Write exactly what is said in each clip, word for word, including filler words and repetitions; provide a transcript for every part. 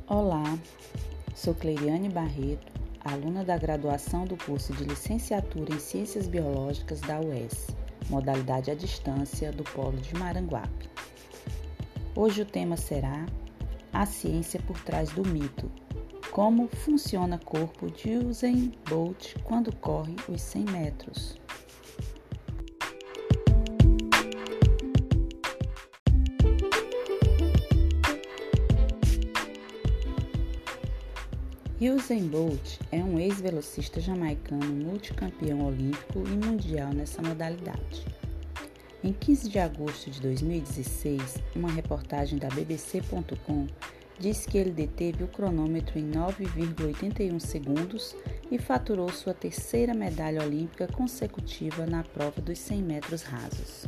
Olá, sou Cleiriane Barreto, aluna da graduação do curso de Licenciatura em Ciências Biológicas da U E S, modalidade à distância do Polo de Maranguape. Hoje o tema será a ciência por trás do mito, como funciona o corpo de Usain Bolt quando corre os cem metros. Usain Bolt é um ex-velocista jamaicano multicampeão olímpico e mundial nessa modalidade. Em quinze de agosto de dois mil e dezesseis, uma reportagem da B B C ponto com diz que ele deteve o cronômetro em nove vírgula oitenta e um segundos e faturou sua terceira medalha olímpica consecutiva na prova dos cem metros rasos.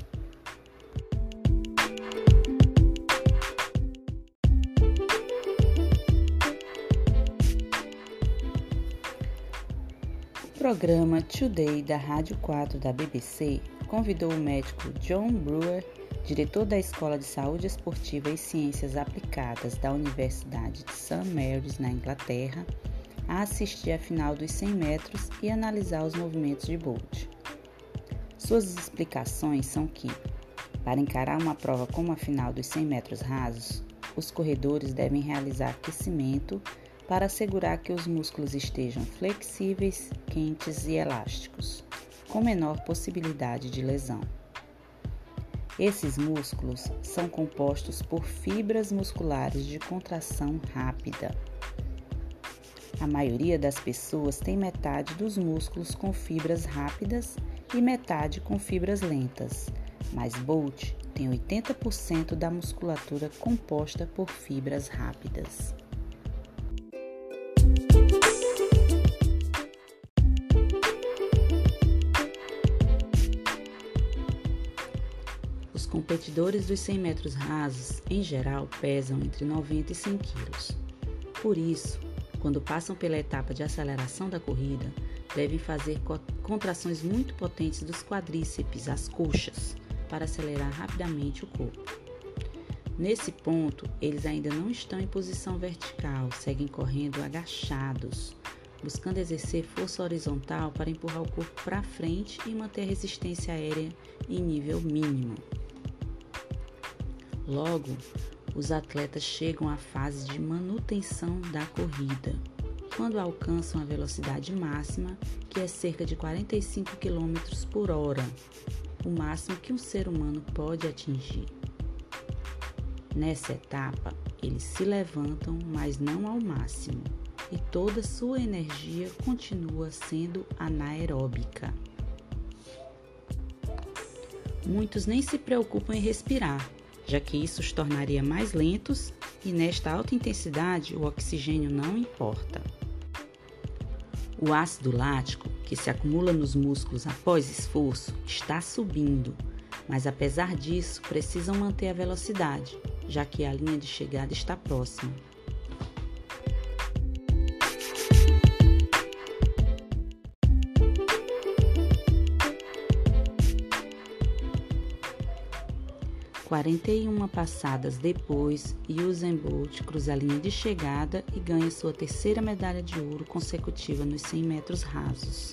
O programa Today da Rádio quatro da B B C convidou o médico John Brewer, diretor da Escola de Saúde Esportiva e Ciências Aplicadas da Universidade de Saint Mary's, na Inglaterra, a assistir à final dos cem metros e analisar os movimentos de Bolt. Suas explicações são que, para encarar uma prova como a final dos cem metros rasos, os corredores devem realizar aquecimento para assegurar que os músculos estejam flexíveis, quentes e elásticos, com menor possibilidade de lesão. Esses músculos são compostos por fibras musculares de contração rápida. A maioria das pessoas tem metade dos músculos com fibras rápidas e metade com fibras lentas, mas Bolt tem oitenta por cento da musculatura composta por fibras rápidas. Os competidores dos cem metros rasos, em geral, pesam entre noventa e cem quilos. Por isso, quando passam pela etapa de aceleração da corrida, devem fazer contrações muito potentes dos quadríceps, as coxas, para acelerar rapidamente o corpo. Nesse ponto, eles ainda não estão em posição vertical, seguem correndo agachados, buscando exercer força horizontal para empurrar o corpo para frente e manter a resistência aérea em nível mínimo. Logo, os atletas chegam à fase de manutenção da corrida, quando alcançam a velocidade máxima, que é cerca de quarenta e cinco quilômetros por hora, o máximo que um ser humano pode atingir. Nessa etapa, eles se levantam, mas não ao máximo, e toda sua energia continua sendo anaeróbica. Muitos nem se preocupam em respirar, já que isso os tornaria mais lentos e nesta alta intensidade o oxigênio não importa. O ácido lático, que se acumula nos músculos após esforço, está subindo, mas apesar disso precisam manter a velocidade, já que a linha de chegada está próxima. quarenta e uma passadas depois, Usain Bolt cruza a linha de chegada e ganha sua terceira medalha de ouro consecutiva nos cem metros rasos.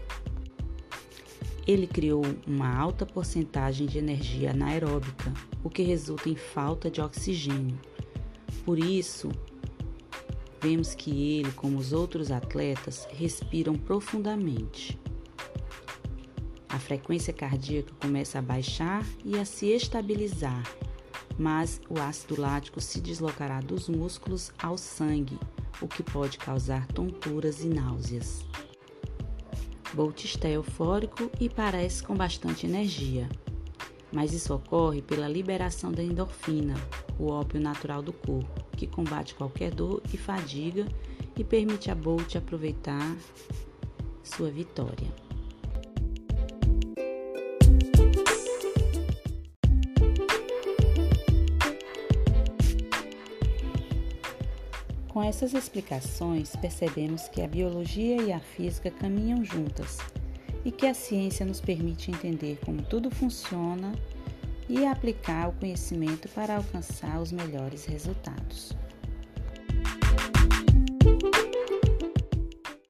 Ele criou uma alta porcentagem de energia anaeróbica, o que resulta em falta de oxigênio. Por isso, vemos que ele, como os outros atletas, respiram profundamente. A frequência cardíaca começa a baixar e a se estabilizar, mas o ácido lático se deslocará dos músculos ao sangue, o que pode causar tonturas e náuseas. Bolt está eufórico e parece com bastante energia, mas isso ocorre pela liberação da endorfina, o ópio natural do corpo, que combate qualquer dor e fadiga e permite a Bolt aproveitar sua vitória. Com essas explicações, percebemos que a biologia e a física caminham juntas e que a ciência nos permite entender como tudo funciona e aplicar o conhecimento para alcançar os melhores resultados.